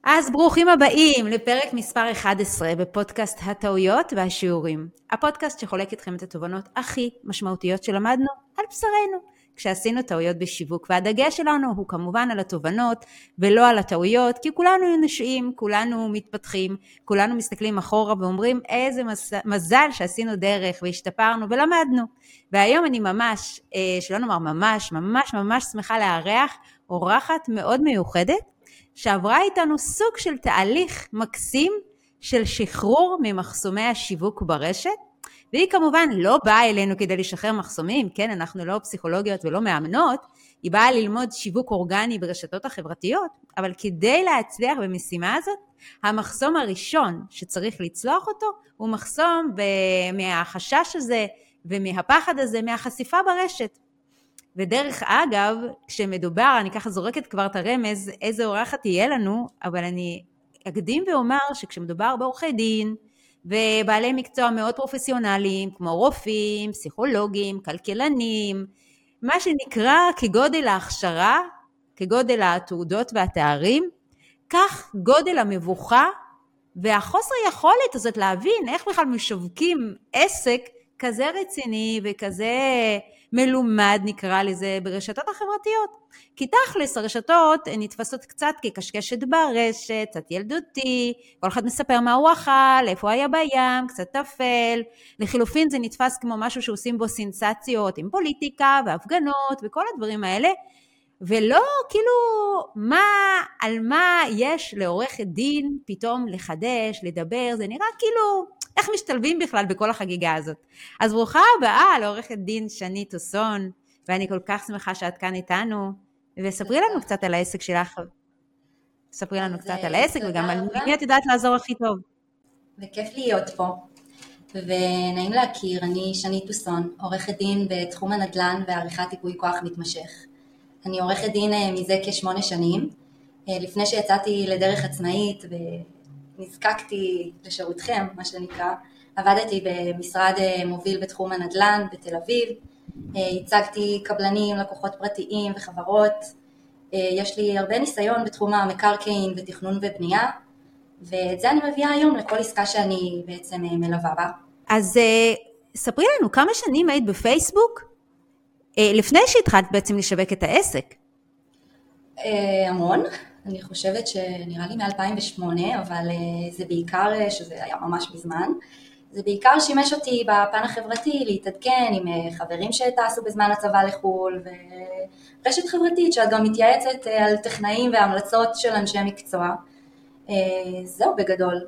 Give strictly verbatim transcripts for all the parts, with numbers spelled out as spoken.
אז ברוכים הבאים לפרק מספר אחת עשרה בפודקאסט הטעויות והשיעורים. הפודקאסט שחולק אתכם את התובנות הכי משמעותיות שלמדנו על בשרנו כשעשינו טעויות בשיווק. והדגש שלנו הוא כמובן על התובנות ולא על הטעויות, כי כולנו אנושיים, כולנו מתפתחים, כולנו מסתכלים אחורה ואומרים איזה מזל שעשינו דרך והשתפרנו ולמדנו. והיום אני ממש, שלא נאמר ממש, ממש ממש שמחה לארח אורחת מאוד מיוחדת, שעברה איתנו סוג של תהליך מקסים של שחרור ממחסומי השיווק ברשת, והיא כמובן לא באה אלינו כדי לשחרר מחסומים, כן, אנחנו לא פסיכולוגיות ולא מאמנות, היא באה ללמוד שיווק אורגני ברשתות החברתיות, אבל כדי להצליח במשימה הזאת, המחסום הראשון שצריך לצלוח אותו, הוא מחסום מהחשש הזה ומהפחד הזה, מהחשיפה ברשת. ודרך אגב, כשמדובר, אני ככה זורקת כבר את הרמז, איזה אורחת תהיה לנו, אבל אני אקדים ואומר שכשמדובר בעורכי דין, ובעלי מקצוע מאוד פרופסיונליים, כמו רופאים, פסיכולוגים, כלכלנים, מה שנקרא כגודל ההכשרה, כגודל התעודות והתארים, כך גודל המבוכה, והחוסר יכולת הזאת להבין איך בכלל משווקים עסק כזה רציני וכזה מלומד נקרא לזה ברשתות החברתיות. כי תכלס הרשתות נתפסות קצת כקשקשת ברשת, קצת ילדותי, כל אחד מספר מה הוא אכל, איפה היה בים, קצת תפל. לחילופין זה נתפס כמו משהו שעושים בו סנסציות עם פוליטיקה והפגנות וכל הדברים האלה, ולא כאילו מה, על מה יש לעורכת דין פתאום לחדש, לדבר, זה נראה כאילו איך משתלבים בכלל בכל החגיגה הזאת. אז ברוכה הבאה לעורכת דין שני טוסון, ואני כל כך שמחה שאת כאן איתנו, וספרי לנו קצת על העסק שלך. ספרי לנו קצת על העסק, וגם על מי את יודעת לעזור הכי טוב. וכיף להיות פה, ונעים להכיר, אני שני טוסון, עורכת דין בתחום הנדל"ן ועריכת ייפוי כוח מתמשך. אני עורכת דין מזה כשמונה שנים, לפני שיצאתי לדרך עצמאית ונזקקתי לשירותכם, מה שנקרא, עבדתי במשרד מוביל בתחום הנדל"ן בתל אביב, הצגתי קבלנים, לקוחות פרטיים וחברות, יש לי הרבה ניסיון בתחום המקרקעין ותכנון ובנייה, ואת זה אני מביאה היום לכל עסקה שאני בעצם מלווה בה. אז ספרי לנו כמה שנים היית בפייסבוק? לפני שהתחלת בעצם לשווק את העסק? המון, אני חושבת שנראה לי מ-אלפיים ושמונה, אבל זה בעיקר, שזה היה ממש בזמן, זה בעיקר שימש אותי בפן החברתי, להתעדכן עם חברים שטסו בזמן הצבא לחול, ורשת חברתית שאת גם מתייעצת על טכנאים והמלצות של אנשי מקצוע. זהו בגדול.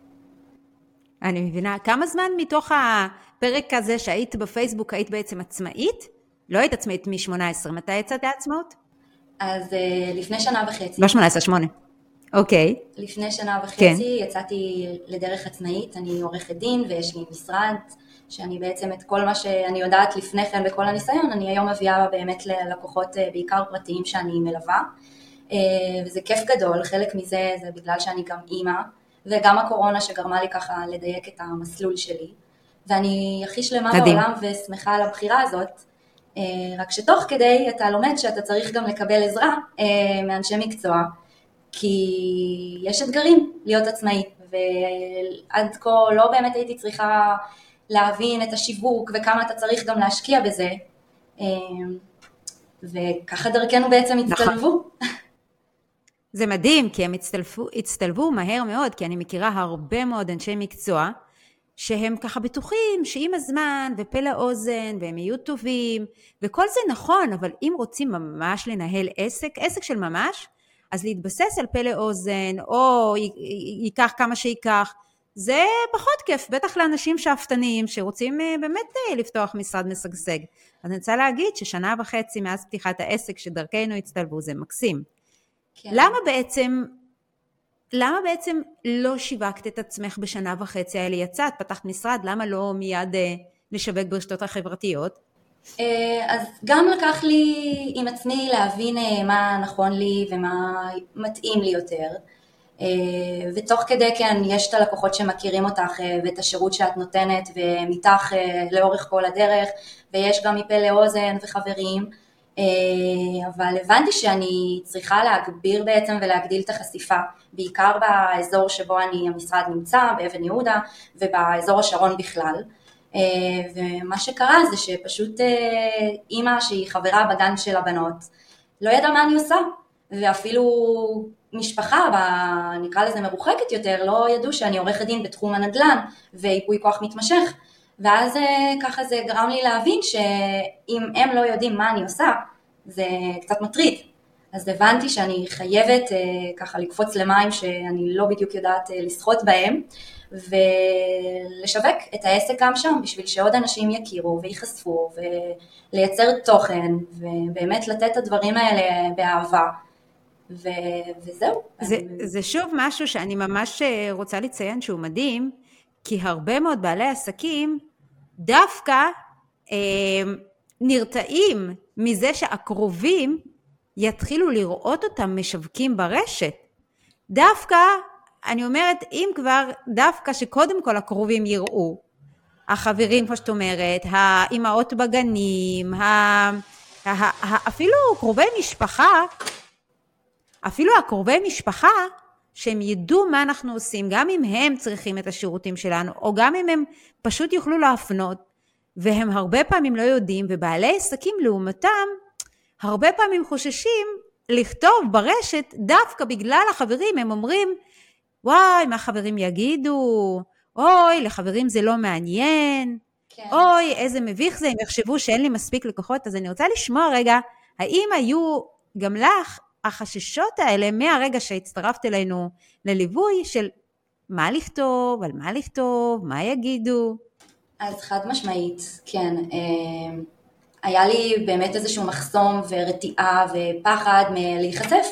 אני מבינה, כמה זמן מתוך הפרק הזה שהיית בפייסבוק היית בעצם עצמאית? לא היית עצמאית מ-שמונה עשרה, מתי יצאת לעצמאות? אז לפני שנה וחצי. לא שמונה עשרה, שמונה. אוקיי. לפני שנה וחצי יצאתי לדרך עצמאית, אני עורכת דין ויש לי משרד, שאני בעצם את כל מה שאני יודעת לפני כן בכל הניסיון, אני היום מביאה באמת ללקוחות בעיקר פרטיים שאני מלווה, וזה כיף גדול, חלק מזה זה בגלל שאני גם אימא, וגם הקורונה שגרמה לי ככה לדייק את המסלול שלי, ואני הכי שלמה בעולם ושמחה על הבחירה הזאת, רק שתוך כדי אתה לומד שאתה צריך גם לקבל עזרה מאנשי מקצוע, כי יש אתגרים להיות עצמאי, ועד כה לא באמת הייתי צריכה להבין את השיווק וכמה אתה צריך גם להשקיע בזה, וככה דרכנו בעצם הצטלבו. זה מדהים, כי הם הצטלבו, הצטלבו מהר מאוד, כי אני מכירה הרבה מאוד אנשי מקצוע, שהם ככה בטוחים שעם הזמן ופה לאוזן והם יהיו טובים, וכל זה נכון, אבל אם רוצים ממש לנהל עסק, עסק של ממש, אז להתבסס על פה לאוזן, או ייקח כמה שיקח, זה פחות כיף, בטח לאנשים שאפתניים, שרוצים באמת לפתוח משרד משגשג. אז אני רוצה להגיד ששנה וחצי מאז פתיחת העסק שדרכנו הצטלבו, זה מקסים. כן. למה בעצם... למה בעצם לא שיווקת את עצמך בשנה וחצי האלה יצאת, פתחת משרד, למה לא מיד לשווק ברשתות החברתיות? אז גם לקח לי עם עצמי להבין מה נכון לי ומה מתאים לי יותר, ותוך כדי כן יש את הלקוחות שמכירים אותך ואת השירות שאת נותנת ומתך לאורך כל הדרך, ויש גם מפה לאוזן וחברים, אבל הבנתי שאני צריכה להגביר בעצם ולהגדיל את החשיפה, בעיקר באזור שבו אני המשרד נמצא, באבן יהודה, ובאזור השרון בכלל. ומה שקרה זה שפשוט אימא שהיא חברה בגן של הבנות, לא ידעה מה אני עושה, ואפילו משפחה, נקרא לזה מרוחקת יותר, לא ידעו שאני עורכת דין בתחום הנדל"ן, ואיפוי כוח מתמשך, ואז ככה זה גרם לי להבין שאם הם לא יודעים מה אני עושה, זה קצת מטריד. אז הבנתי שאני חייבת ככה לקפוץ למים שאני לא בדיוק יודעת לשחות בהם, ולשווק את העסק גם שם, בשביל שעוד אנשים יכירו ויחשפו, ולייצר תוכן, ובאמת לתת את הדברים האלה באהבה. ו... וזהו. זה, אני... זה שוב משהו שאני ממש רוצה לציין שהוא מדהים, כי הרבה מאוד בעלי עסקים דווקא אה, נרתעים מזה שהקרובים יתחילו לראות אותם משווקים ברשת. דווקא, אני אומרת, אם כבר, דווקא שקודם כל הקרובים יראו, החברים, כמו שאת אומרת, האימהות בגנים, ה... ה... ה... אפילו קרובי משפחה, אפילו הקרובי משפחה, שהם ידעו מה אנחנו עושים, גם אם הם צריכים את השירותים שלנו, או גם אם הם פשוט יוכלו להפנות, והם הרבה פעמים לא יודעים, ובעלי עסקים לעומתם, הרבה פעמים חוששים לכתוב ברשת, דווקא בגלל החברים, הם אומרים, וואי, מה חברים יגידו, אוי, לחברים זה לא מעניין, כן. אוי, איזה מביך זה, הם יחשבו שאין לי מספיק לקוחות, אז אני רוצה לשמוע רגע, האם היו גם לך, החששות האלה מהרגע שהצטרפת אלינו לליווי של מה לכתוב, על מה לכתוב, מה יגידו? אז חד משמעית, כן. היה לי באמת איזשהו מחסום ורתיעה ופחד מלהיחשף,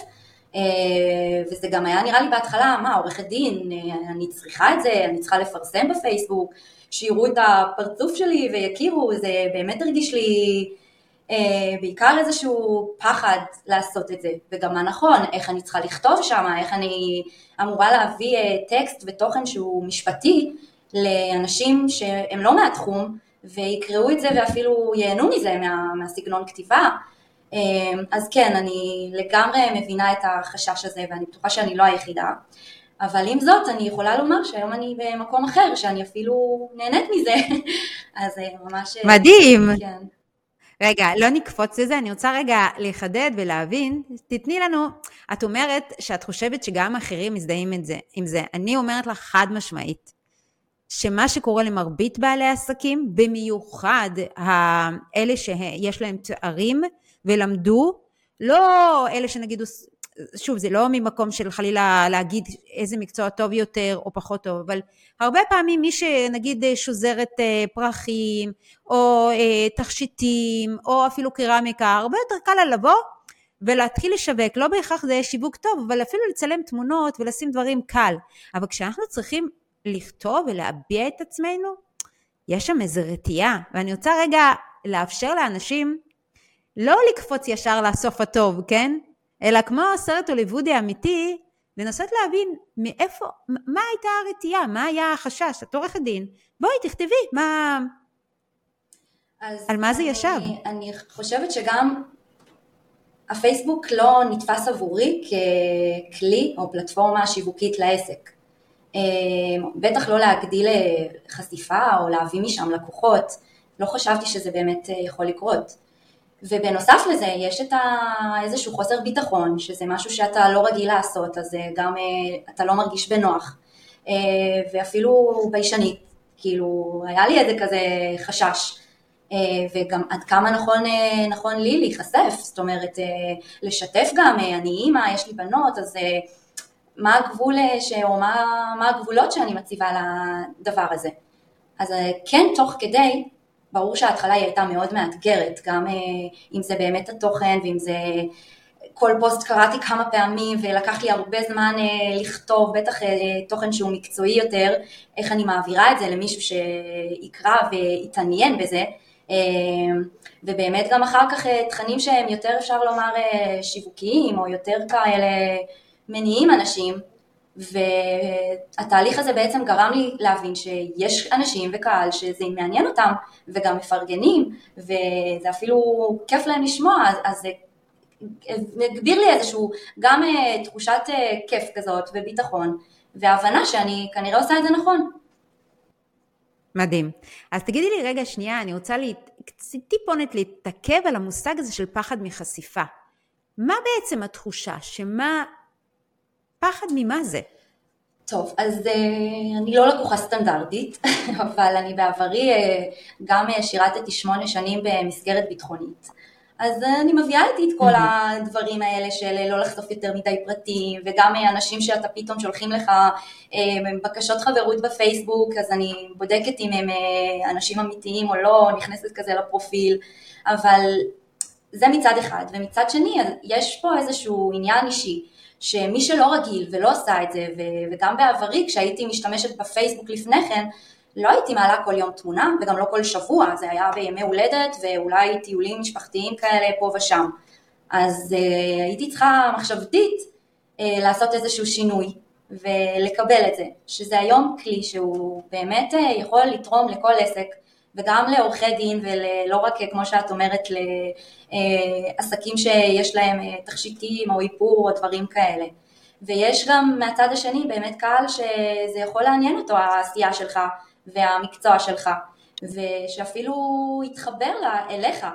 וזה גם היה נראה לי בהתחלה, מה, עורכת דין, אני צריכה את זה, אני צריכה לפרסם בפייסבוק, שיראו את הפרצוף שלי ויכירו, זה באמת הרגיש לי... בעיקר איזשהו פחד לעשות את זה, וגם מה נכון, איך אני צריכה לכתוב שם, איך אני אמורה להביא טקסט ותוכן שהוא משפטי לאנשים שהם לא מהתחום, ויקראו את זה ואפילו ייהנו מזה מה, מהסגנון כתיבה. אז כן, אני לגמרי מבינה את החשש הזה, ואני בטוחה שאני לא היחידה, אבל עם זאת אני יכולה לומר שהיום אני במקום אחר, שאני אפילו נהנית מזה, אז ממש... מדהים! כן. רגע, לא נקפוץ לזה, אני רוצה רגע לחדד ולהבין, תתני לנו, את אומרת שאת חושבת שגם אחרים מזדהים את זה, עם זה, אני אומרת לך חד משמעית, שמה שקורה למרבית בעלי עסקים, במיוחד אלה שיש להם תארים ולמדו, לא אלה שנגיד, שוב, זה לא ממקום של חלילה להגיד איזה מקצוע טוב יותר או פחות טוב, אבל הרבה פעמים מי שנגיד שוזרת פרחים או תכשיטים או אפילו קרמיקה, הרבה יותר קל לה לבוא ולהתחיל לשווק, לא בהכרח זה שיווק טוב, אבל אפילו לצלם תמונות ולשים דברים קל, אבל כשאנחנו צריכים לכתוב ולהביע את עצמנו, יש שם איזו רתיעה, ואני רוצה רגע לאפשר לאנשים לא לקפוץ ישר לסוף הטוב, כן? אלא כמו סרט הוליוודי אמיתי, לנסות להבין מאיפה, מה הייתה הרתיעה, מה היה החשש, את עורכת דין, בואי תכתבי, מה, על מה זה אני, ישב? אני חושבת שגם הפייסבוק לא נתפס עבורי ככלי או פלטפורמה שיווקית לעסק. בטח לא להגדיל חשיפה או להביא משם לקוחות, לא חשבתי שזה באמת יכול לקרות. ובנוסף לזה יש את איזשהו חוסר ביטחון, שזה משהו שאתה לא רגיל לעשות, אז גם אתה לא מרגיש בנוח, ואפילו ביישנית, כאילו היה לי איזה כזה חשש, וגם עד כמה נכון, נכון לי להיחשף, זאת אומרת לשתף גם, אני אימא, יש לי בנות, אז מה הגבול, או מה, מה הגבולות שאני מציבה לדבר הזה. אז כן, תוך כדי, ברור שההתחלה היא הייתה מאוד מאתגרת, גם אם זה באמת התוכן, ואם זה כל פוסט קראתי כמה פעמים, ולקח לי הרבה זמן לכתוב, בטח תוכן שהוא מקצועי יותר, איך אני מעבירה את זה למישהו שיקרא ויתעניין בזה, ובאמת גם אחר כך תכנים שהם יותר אפשר לומר שיווקיים, או יותר כאלה מניעים אנשים, והתהליך הזה בעצם גרם לי להבין שיש אנשים וקהל שזה מעניין אותם וגם מפרגנים וזה אפילו כיף להם לשמוע, אז זה הגביר לי איזשהו גם תחושת כיף כזאת וביטחון והבנה שאני כנראה עושה את זה נכון. מדהים. אז תגידי לי רגע שנייה, אני רוצה לי, טיפונת להתעכב על המושג הזה של פחד מחשיפה. מה בעצם התחושה? שמה, פחד ממה זה? טוב, אז אני לא לקוחה סטנדרטית, אבל אני בעברי גם שירתתי שמונה שנים במסגרת ביטחונית. אז אני מביאה איתי את כל הדברים האלה של לא לחשוף יותר מדי פרטים, וגם אנשים שאתה פתאום שולחים לך בקשות חברות בפייסבוק, אז אני בודקת אם הם אנשים אמיתיים או לא, נכנסת כזה לפרופיל, אבל זה מצד אחד. ומצד שני, יש פה איזשהו עניין אישי, שמי שלא רגיל ולא עושה את זה, וגם בעברי כשהייתי משתמשת בפייסבוק לפני כן, לא הייתי מעלה כל יום תמונה, וגם לא כל שבוע, זה היה בימי הולדת, ואולי טיולים משפחתיים כאלה פה ושם. אז uh, הייתי צריכה מחשבתית uh, לעשות איזשהו שינוי, ולקבל את זה, שזה היום כלי שהוא באמת uh, יכול לתרום לכל עסק, וגם לעורכי דין, ולא רק כמו שאת אומרת, לעסקים שיש להם תכשיטים או איפור או דברים כאלה. ויש גם מהצד השני באמת קהל שזה יכול לעניין אותו, העשייה שלך, והמקצוע שלך, ושאפילו יתחבר לה, אליך,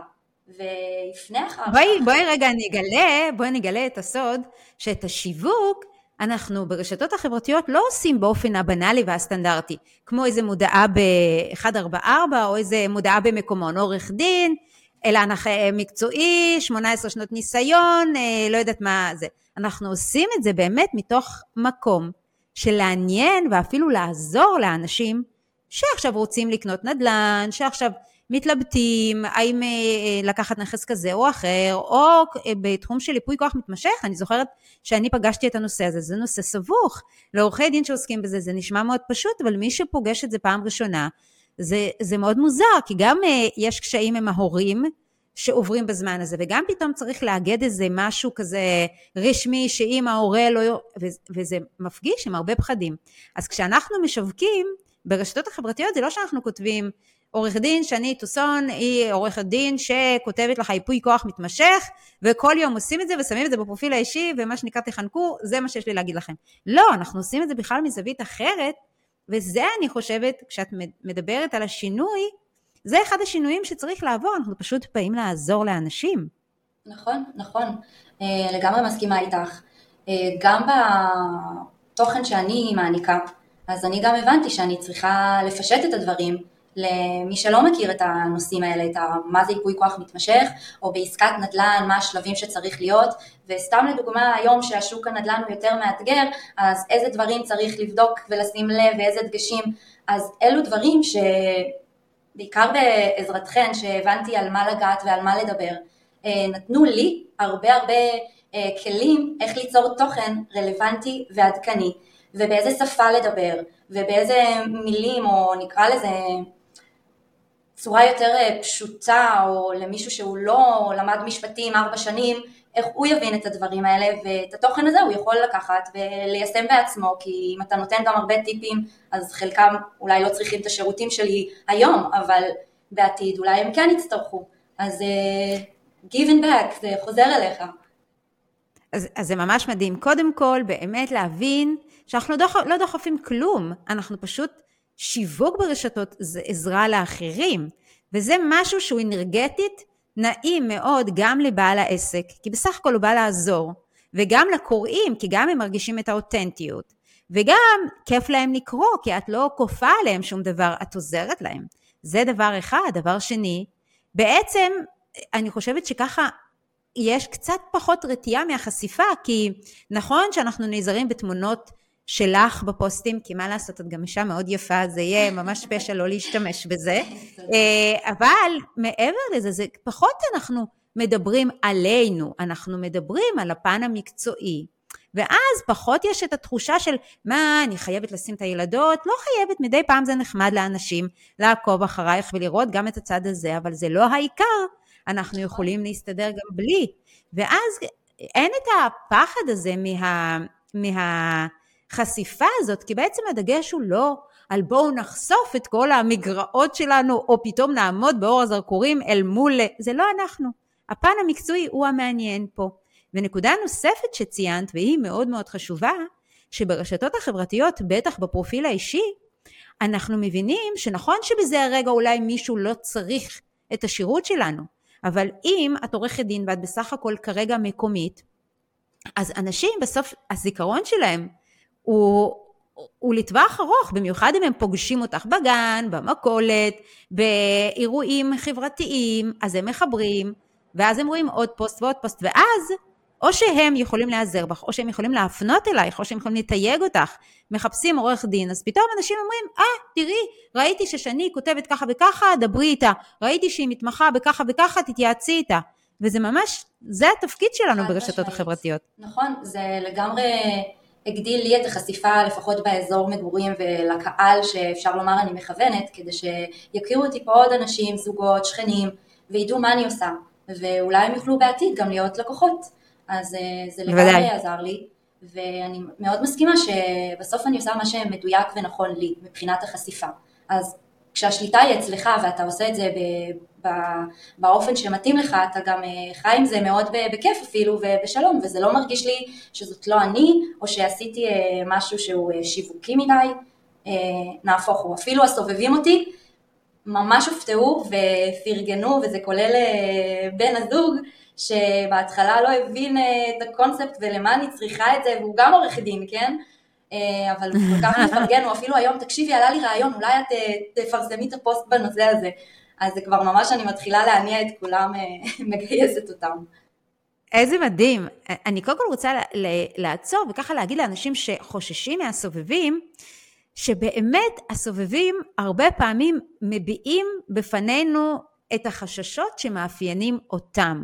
ויפנה אחר. בואי, בואי רגע נגלה, בואי נגלה את הסוד, שאת השיווק, אנחנו ברשתות החברתיות לא עושים באופן הבנאלי והסטנדרטי, כמו איזה מודעה ב-אחת ארבע ארבע, או איזה מודעה במקומון, עורך דין, אלא אנחנו מקצועי, שמונה עשרה שנות ניסיון, לא יודעת מה זה. אנחנו עושים את זה באמת מתוך מקום, של לעניין ואפילו לעזור לאנשים, שעכשיו רוצים לקנות נדל"ן, שעכשיו מתלבטים, האם לקחת נכס כזה או אחר, או בתחום של ליפוי כוח מתמשך, אני זוכרת שאני פגשתי את הנושא הזה, זה נושא סבוך, לעורכי דין שעוסקים בזה, זה נשמע מאוד פשוט, אבל מי שפוגש את זה פעם ראשונה, זה, זה מאוד מוזר, כי גם יש קשיים עם ההורים, שעוברים בזמן הזה, וגם פתאום צריך לאגד איזה משהו כזה רשמי, שאם ההורה לא, וזה מפגיש עם הרבה פחדים. אז כשאנחנו משווקים, ברשתות החברתיות זה לא שאנחנו כותבים, עורך דין שני טוסון היא עורכת דין שכותבת לך ייפוי כוח מתמשך, וכל יום עושים את זה ושמים את זה בפרופיל האישי, ומה שנקרא תחנקו, זה מה שיש לי להגיד לכם. לא, אנחנו עושים את זה בכלל מזווית אחרת, וזה אני חושבת, כשאת מדברת על השינוי, זה אחד השינויים שצריך לעבור, אנחנו פשוט באים לעזור לאנשים. נכון, נכון, לגמרי מסכימה איתך. גם בתוכן שאני מעניקה, אז אני גם הבנתי שאני צריכה לפשט את הדברים, למי שלא מכיר את הנושאים האלה, את מה זה ייפוי כוח מתמשך, או בעסקת נדל"ן, מה השלבים שצריך להיות, וסתם לדוגמה היום שהשוק הנדל"ן הוא יותר מאתגר, אז איזה דברים צריך לבדוק ולשים לב, ואיזה דגשים, אז אלו דברים שבעיקר בעזרתכן, שהבנתי על מה לגעת ועל מה לדבר, נתנו לי הרבה הרבה כלים איך ליצור תוכן רלוונטי ועדכני, ובאיזה שפה לדבר, ובאיזה מילים, או נקרא לזה צורה יותר פשוטה, או למישהו שהוא לא למד משפטים ארבע שנים, איך הוא יבין את הדברים האלה, ואת התוכן הזה הוא יכול לקחת וליישם בעצמו, כי אם אתה נותן גם הרבה טיפים, אז חלקם אולי לא צריכים את השירותים שלי היום, אבל בעתיד אולי הם כן יצטרכו. אז uh, give and back, זה חוזר אליך. אז, אז זה ממש מדהים. קודם כל, באמת להבין שאנחנו לא, דוח, לא דוחפים כלום, אנחנו פשוט שיווק ברשתות, זה עזרה לאחרים, וזה משהו שהוא אנרגטית, נעים מאוד גם לבעל העסק, כי בסך הכל הוא בא לעזור, וגם לקוראים, כי גם הם מרגישים את האותנטיות, וגם כיף להם לקרוא, כי את לא כופה עליהם שום דבר, את עוזרת להם. זה דבר אחד. דבר שני, בעצם אני חושבת שככה, יש קצת פחות רתיעה מהחשיפה, כי נכון שאנחנו נעזרים בתמונות שלך בפוסטים, כי מה לעשות, את גם אישה מאוד יפה, זה יהיה ממש פשע לא להשתמש בזה, אבל מעבר לזה, זה פחות אנחנו מדברים עלינו, אנחנו מדברים על הפן המקצועי, ואז פחות יש את התחושה של מה, אני חייבת לשים את הילדות, לא חייבת, מדי פעם זה נחמד לאנשים לעקוב אחרייך ולראות גם את הצד הזה, אבל זה לא העיקר, אנחנו יכולים להסתדר גם בלי, ואז אין את הפחד הזה מה, מה, החשיפה הזאת, כי בעצם הדגש הוא לא על בואו נחשוף את כל המגרעות שלנו, או פתאום נעמוד באור הזרקורים אל מול, זה לא אנחנו. הפן המקצועי הוא המעניין פה. ונקודה נוספת שציינת, והיא מאוד מאוד חשובה, שברשתות החברתיות, בטח בפרופיל האישי, אנחנו מבינים שנכון שבזה הרגע אולי מישהו לא צריך את השירות שלנו, אבל אם את עורכת דין ואת בסך הכל כרגע מקומית, אז אנשים בסוף הזיכרון שלהם הוא, הוא לטווח ארוך, במיוחד אם הם פוגשים אותך בגן, במכולת, באירועים חברתיים, אז הם מחברים, ואז הם רואים עוד פוסט ועוד פוסט, ואז או שהם יכולים לעזר בך, או שהם יכולים להפנות אלייך, או שהם יכולים לתייג אותך, מחפשים עורך דין, אז פתאום אנשים אומרים, אה, תראי, ראיתי ששני כותבת ככה וככה, דברי איתה, ראיתי שהיא מתמחה בככה וככה, תתייעצי איתה, וזה ממש, זה התפקיד שלנו ברשתות החברתיות. נכון, זה לגמרי הגדיל לי את החשיפה, לפחות באזור מגורים ולקהל שאפשר לומר אני מכוונת, כדי שיכירו אותי פה עוד אנשים, זוגות, שכנים, וידעו מה אני עושה, ואולי הם יוכלו בעתיד גם להיות לקוחות. אז זה לגמרי עזר לי, ואני מאוד מסכימה שבסוף אני עושה מה שמדויק ונכון לי, מבחינת החשיפה. אז כשהשליטה היא אצלך ואתה עושה את זה באופן שמתאים לך, אתה גם חי עם זה מאוד בכיף אפילו ובשלום, וזה לא מרגיש לי שזאת לא אני, או שעשיתי משהו שהוא שיווקי מדי, נהפוך הוא. אפילו הסובבים אותי ממש הופתעו ופרגנו, וזה כולל בן הזוג, שבהתחלה לא הבין את הקונספט ולמה אני צריכה את זה, והוא גם עורך דין, כן? אבל הוא כל כך מפרגן, הוא אפילו היום, תקשיבי, עלה לי רעיון, אולי את תפרסמי את הפוסט בנושא הזה, אז זה כבר ממש אני מתחילה להניע את כולם, מגייסת אותם. איזה מדהים. אני קודם כל רוצה לעצור וככה להגיד לאנשים שחוששים מהסובבים, שבאמת הסובבים הרבה פעמים מביעים בפנינו את החששות שמאפיינים אותם.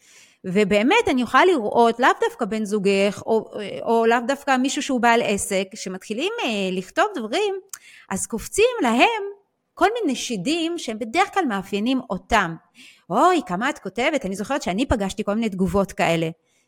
ובאמת אני יכולה לראות, לאו דווקא בן זוגך, או, או לאו דווקא מישהו שהוא בעל עסק, שמתחילים אה, לכתוב דברים, אז קופצים להם כל מיני שידים שהם בדרך כלל מאפיינים אותם. אוי, כמה את כותבת, אני זוכרת שאני פגשתי כל מיני תגובות כאלה,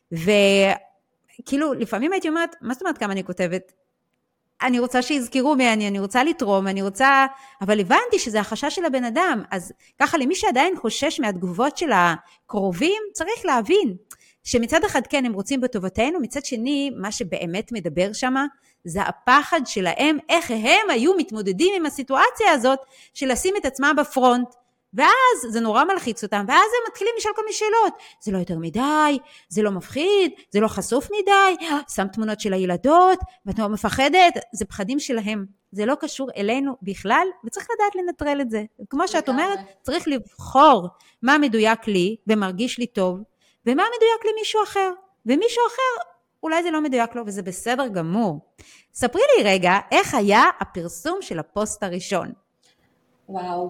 וכאילו לפעמים הייתי אומרת, מה זאת אומרת כמה אני כותבת? אני רוצה שיזכרו מי אני, אני רוצה לתרום, אני רוצה, אבל הבנתי שזה החשש של הבן אדם, אז ככה למי שעדיין חושש מהתגובות של הקרובים, צריך להבין שמצד אחד כן הם רוצים בטובתנו, מצד שני מה שבאמת מדבר שמה, זה הפחד שלהם, איך הם היו מתמודדים עם הסיטואציה הזאת, של לשים את עצמם בפרונט, ואז זה נורא מלחיץ אותם, ואז הם מתחילים לשאול כל מיני שאלות, זה לא יותר מדי, זה לא מפחיד, זה לא חשוף מדי, שם תמונות של הילדות, ואת לא מפחדת, זה פחדים שלהם, זה לא קשור אלינו בכלל, וצריך לדעת לנטרל את זה, כמו שאת אומרת, צריך לבחור מה מדויק לי, ומרגיש לי טוב, ומה מדויק למישהו אחר, ומישהו אחר, אולי זה לא מדויק לו, וזה בסדר גמור. ספרי לי רגע, איך היה הפרסום של הפוסט הראשון? וואו,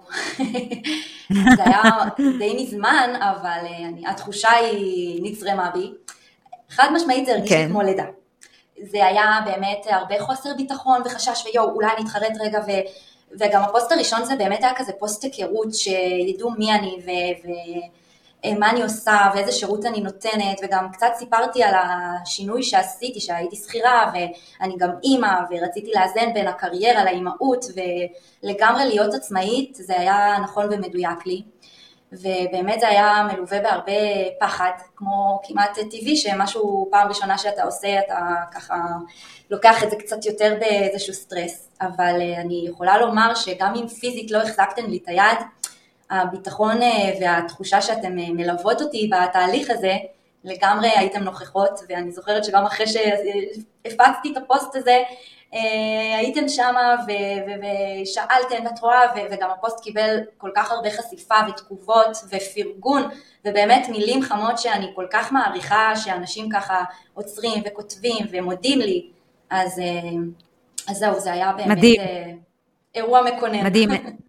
זה היה די מזמן, אבל אני, התחושה היא נצרמה בי. חד משמעית זה הרגיש לי כמו לידה. זה היה באמת הרבה חוסר ביטחון וחשש, ויו, אולי אני אתחרט רגע, ו, וגם הפוסט הראשון זה באמת היה כזה פוסט היכרות, שידעו מי אני ו... ו מה אני עושה ואיזה שירות אני נותנת, וגם קצת סיפרתי על השינוי שעשיתי, שהייתי שכירה, ואני גם אימא, ורציתי לאזן בין הקריירה לאימהות, ולגמרי להיות עצמאית, זה היה נכון ומדויק לי, ובאמת זה היה מלווה בהרבה פחד, כמו כמעט טבעי, שמשהו פעם ראשונה שאתה עושה, אתה ככה לוקח את זה קצת יותר באיזשהו סטרס, אבל אני יכולה לומר שגם אם פיזית לא החזקתם לי את היד, הביטחון והתחושה שאתם מלוות אותי בתהליך הזה, לגמרי הייתם נוכחות, ואני זוכרת שגם אחרי שהפצתי את הפוסט הזה, הייתם שמה ושאלתם את רואה, וגם הפוסט קיבל כל כך הרבה חשיפה ותגובות ופרגון, ובאמת מילים חמות שאני כל כך מעריכה, שאנשים ככה עוצרים וכותבים ומודים לי, אז, אז זהו, זה היה באמת מדהים. אירוע מקונן. מדהים.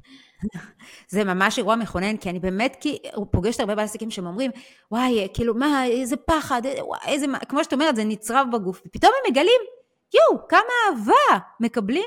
זה ממש אירוע מכונן, כי אני באמת, כי הוא פוגשת הרבה בעסקים שהם אומרים, וואי, כאילו, מה, איזה פחד, וואי, איזה, כמו שאת אומרת, זה נצרב בגוף, ופתאום הם מגלים, יו, כמה אהבה מקבלים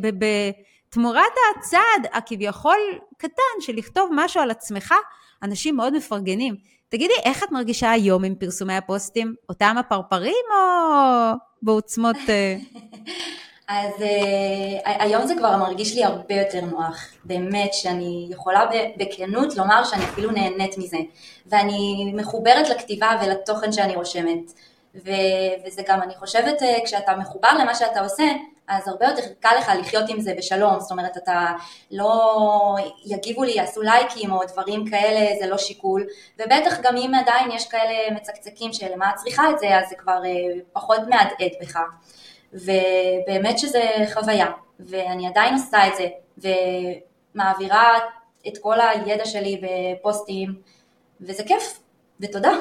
בתמורת הצעד הכביכול קטן, של לכתוב משהו על עצמך, אנשים מאוד מפרגנים. תגידי, איך את מרגישה היום עם פרסומי הפוסטים? אותם הפרפרים או בעוצמות... אז uh, היום זה כבר מרגיש לי הרבה יותר נוח, באמת שאני יכולה בכנות לומר שאני אפילו נהנית מזה, ואני מחוברת לכתיבה ולתוכן שאני רושמת, ו- וזה גם, אני חושבת, uh, כשאתה מחובר למה שאתה עושה, אז הרבה יותר קל לך לחיות עם זה בשלום, זאת אומרת, אתה לא יגיבו לי, יעשו לייקים או דברים כאלה, זה לא שיקול, ובטח גם אם עדיין יש כאלה מצקצקים שלמה צריכה את זה, אז זה כבר uh, פחות מהדהד בך. ובאמת שזה חוויה, ואני עדיין עושה את זה, ומעבירה את כל הידע שלי בפוסטים, וזה כיף, ותודה.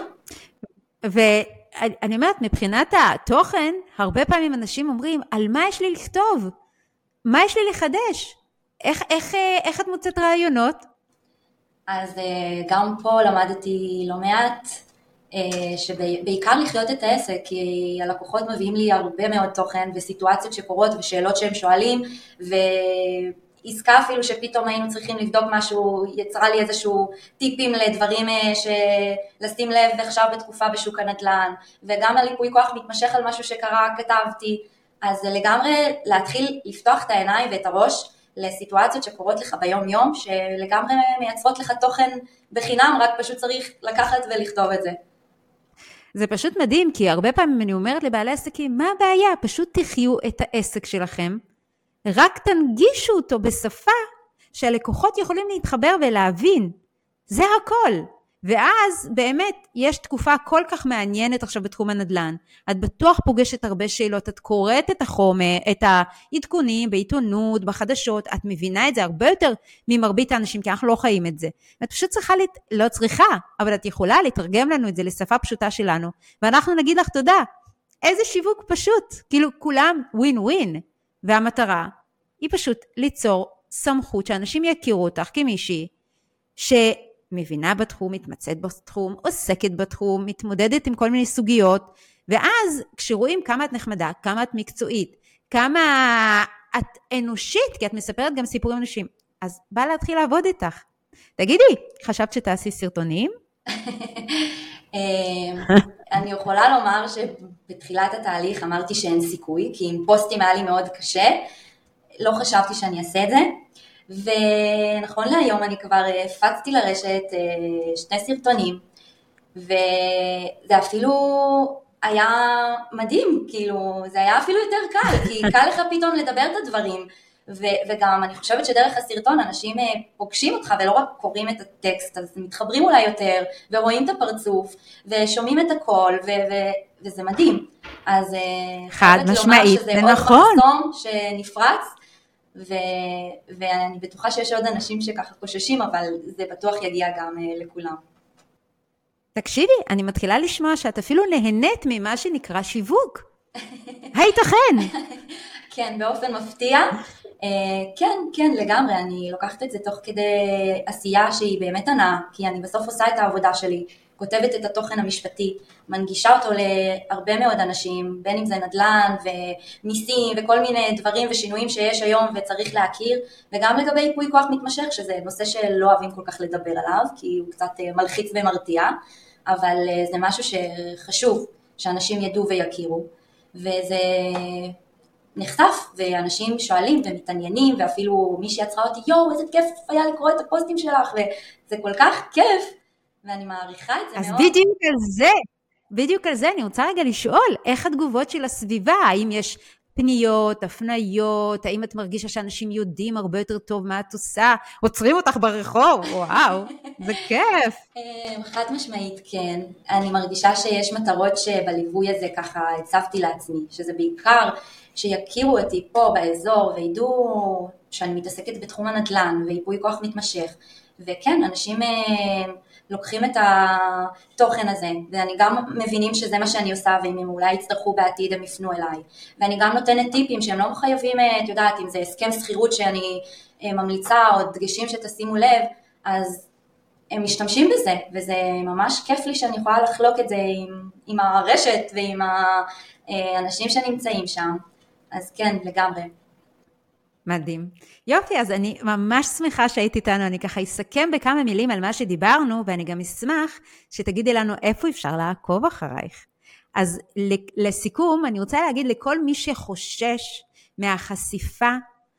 ואני אומרת, מבחינת התוכן, הרבה פעמים אנשים אומרים, על מה יש לי לכתוב? מה יש לי לחדש? איך, איך, איך את מוצאת רעיונות? אז גם פה למדתי לא מעט, שבעיקר לחיות את העסק, כי הלקוחות מביאים לי הרבה מאוד תוכן וסיטואציות שקורות ושאלות שהם שואלים, ועסקה אפילו שפתאום היינו צריכים לבדוק משהו, יצרה לי איזשהו טיפים לדברים שלשים לב עכשיו בתקופה בשוק הנדל"ן, וגם על ייפוי כוח מתמשך על משהו שקרה, כתבתי, אז לגמרי להתחיל לפתוח את העיניים ואת הראש לסיטואציות שקורות לך ביום יום, שלגמרי מייצרות לך תוכן בחינם, רק פשוט צריך לקחת ולכתוב את זה. זה פשוט מדהים, כי הרבה פעמים אני אומרת לבעלי עסקים, מה הבעיה? פשוט תחיו את העסק שלכם, רק תנגישו אותו בשפה שהלקוחות יכולים להתחבר ולהבין. זה הכל. ואז באמת יש תקופה כל כך מעניינת עכשיו בתחום הנדל"ן. את בטוח פוגשת הרבה שאלות, את קוראת את החומר, את העדכונים בעיתונות, בחדשות, את מבינה את זה הרבה יותר ממרבית האנשים, כי אנחנו לא חיים את זה. את פשוט צריכה, לת... לא צריכה, אבל את יכולה לתרגם לנו את זה לשפה פשוטה שלנו, ואנחנו נגיד לך תודה. איזה שיווק פשוט, כאילו כולם ווין ווין, והמטרה היא פשוט ליצור סמכות שאנשים יכירו אותך כמישהי, ש... מבינה בתחום, מתמצאת בתחום, עוסקת בתחום, מתמודדת עם כל מיני סוגיות, ואז כשרואים כמה את נחמדה, כמה את מקצועית, כמה את אנושית, כי את מספרת גם סיפורים אנושיים, אז בא להתחיל לעבוד איתך. תגידי, חשבת שתעשי סרטונים? אני יכולה לומר שבתחילת התהליך אמרתי שאין סיכוי, כי עם פוסטים היה לי מאוד קשה, לא חשבתי שאני אעשה את זה, ונכון להיום אני כבר הפצתי לרשת שני סרטונים, וזה אפילו היה מדהים, כאילו זה היה אפילו יותר קל, כי קל לך פתאום לדבר את הדברים, ו- וגם אני חושבת שדרך הסרטון אנשים פוגשים אותך ולא רק קוראים את הטקסט, אז מתחברים אולי יותר, ורואים את הפרצוף, ושומעים את הכל, ו- ו- וזה מדהים. אז חד משמעית, זה נכון. עוד מחסום שנפרץ, ו- ואני בטוחה שיש עוד אנשים שככה חוששים, אבל זה בטוח יגיע גם לכולם. תקשיבי, אני מתחילה לשמוע שאת אפילו נהנית ממה שנקרא שיווק. הייתכן. כן, באופן מפתיע. כן, כן, לגמרי, אני לוקחת את זה תוך כדי עשייה שהיא באמת ענה, כי אני בסוף עושה את העבודה שלי, כותבת את התוכן המשפטי, מנגישה אותו להרבה מאוד אנשים, בין אם זה נדל"ן ומיסים וכל מיני דברים ושינויים שיש היום וצריך להכיר, וגם לגבי ייפוי כוח מתמשך, שזה נושא שלא אוהבים כל כך לדבר עליו, כי הוא קצת מלחיץ ומרתיע, אבל זה משהו שחשוב שאנשים ידעו ויכירו, וזה נחשף, ואנשים שואלים ומתעניינים, ואפילו מי שיצרה אותי, יואו, איזה כיף היה לקרוא את הפוסטים שלך, וזה כל כך כיף, ואני מעריכה את זה אז מאוד. אז בדיוק על זה, בדיוק על זה, אני רוצה רגע לשאול, איך התגובות של הסביבה, האם יש פניות, הפניות, האם את מרגישה שאנשים יודעים הרבה יותר טוב מה את עושה, עוצרים אותך ברחוב, וואו, זה כיף. חד משמעית, כן. אני מרגישה שיש מטרות שבליווי הזה ככה הצבתי לעצמי, שזה בעיקר שיכירו אותי פה באזור, וידעו שאני מתעסקת בתחום הנדל"ן, וייפוי כוח מתמשך, וכן, אנשים לוקחים את התוכן הזה, ואני גם מבינים שזה מה שאני עושה, ואם הם אולי יצטרכו בעתיד הם יפנו אליי, ואני גם נותנת טיפים שהם לא מחייבים, את יודעת, אם זה הסכם שכירות שאני ממליצה, או דגשים שתשימו לב, אז הם משתמשים בזה, וזה ממש כיף לי שאני יכולה לחלוק את זה עם, עם הרשת, ועם האנשים שנמצאים שם, אז כן, לגמרי. מדהים. יופי, אז אני ממש שמחה שהיית איתנו, אני ככה אסכם בכמה מילים על מה שדיברנו, ואני גם אשמח שתגידי לנו איפה אפשר לעקוב אחרייך. אז לסיכום, אני רוצה להגיד לכל מי שחושש מהחשיפה,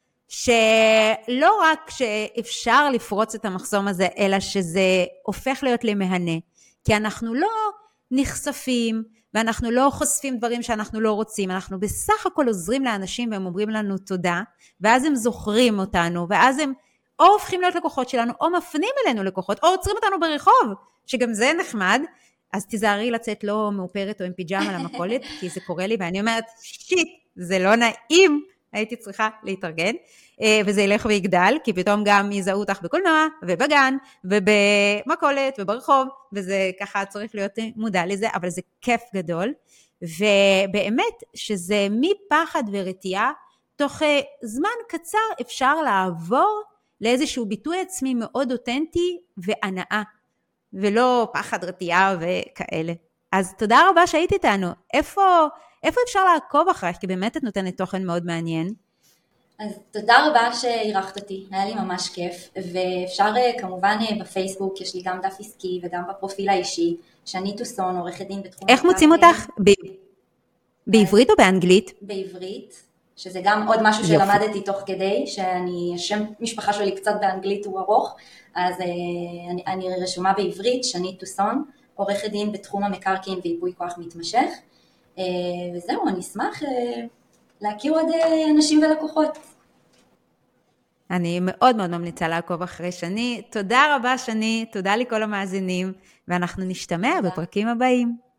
שלא רק שאפשר לפרוץ את המחסום הזה, אלא שזה הופך להיות למהנה, כי אנחנו לא נחשפים, ואנחנו לא חושפים דברים שאנחנו לא רוצים, אנחנו בסך הכל עוזרים לאנשים, והם אומרים לנו תודה, ואז הם זוכרים אותנו, ואז הם או הופכים להיות לקוחות שלנו, או מפנים אלינו לקוחות, או עוצרים אותנו ברחוב, שגם זה נחמד, אז תיזהרי לצאת לא מאופרת או עם פיג'מה למכולת, כי זה קורה לי, ואני אומרת, שיט, זה לא נעים, הייתי צריכה להתארגן, וזה ילך ויגדל, כי פתאום גם יזהו אותך בקולנוע, ובגן, ובמכולת, וברחוב, וזה ככה צריך להיות מודע לזה, אבל זה כיף גדול, ובאמת שזה מפחד ורתיעה, תוך זמן קצר אפשר לעבור לאיזשהו ביטוי עצמי מאוד אותנטי והנאה, ולא פחד רתיעה וכאלה. אז תודה רבה שהיית איתנו. איפה, איפה אפשר לעקוב אחריך? כי באמת את נותנת תוכן מאוד מעניין. אז תודה רבה שהירחת אותי, היה לי ממש כיף, ואפשר כמובן בפייסבוק, יש לי גם דף עסקי וגם בפרופיל האישי, שני טוסון, עורכת דין בתחום... איך מוצאים אותך? ב- בעברית או באנגלית? בעברית, שזה גם עוד משהו שלמדתי תוך כדי, שאני, השם משפחה שלי קצת באנגלית הוא ארוך, אז אני, אני רשומה בעברית, שני טוסון, עורכת דין בתחום המקרקעין וייפוי כוח מתמשך, וזהו, אני אשמח להכיר עוד אנשים ולקוחות. אני מאוד מאוד ממליצה לעקוב אחרי שני. תודה רבה שני, תודה לכל המאזינים, ואנחנו נשתמע בפרקים הבאים.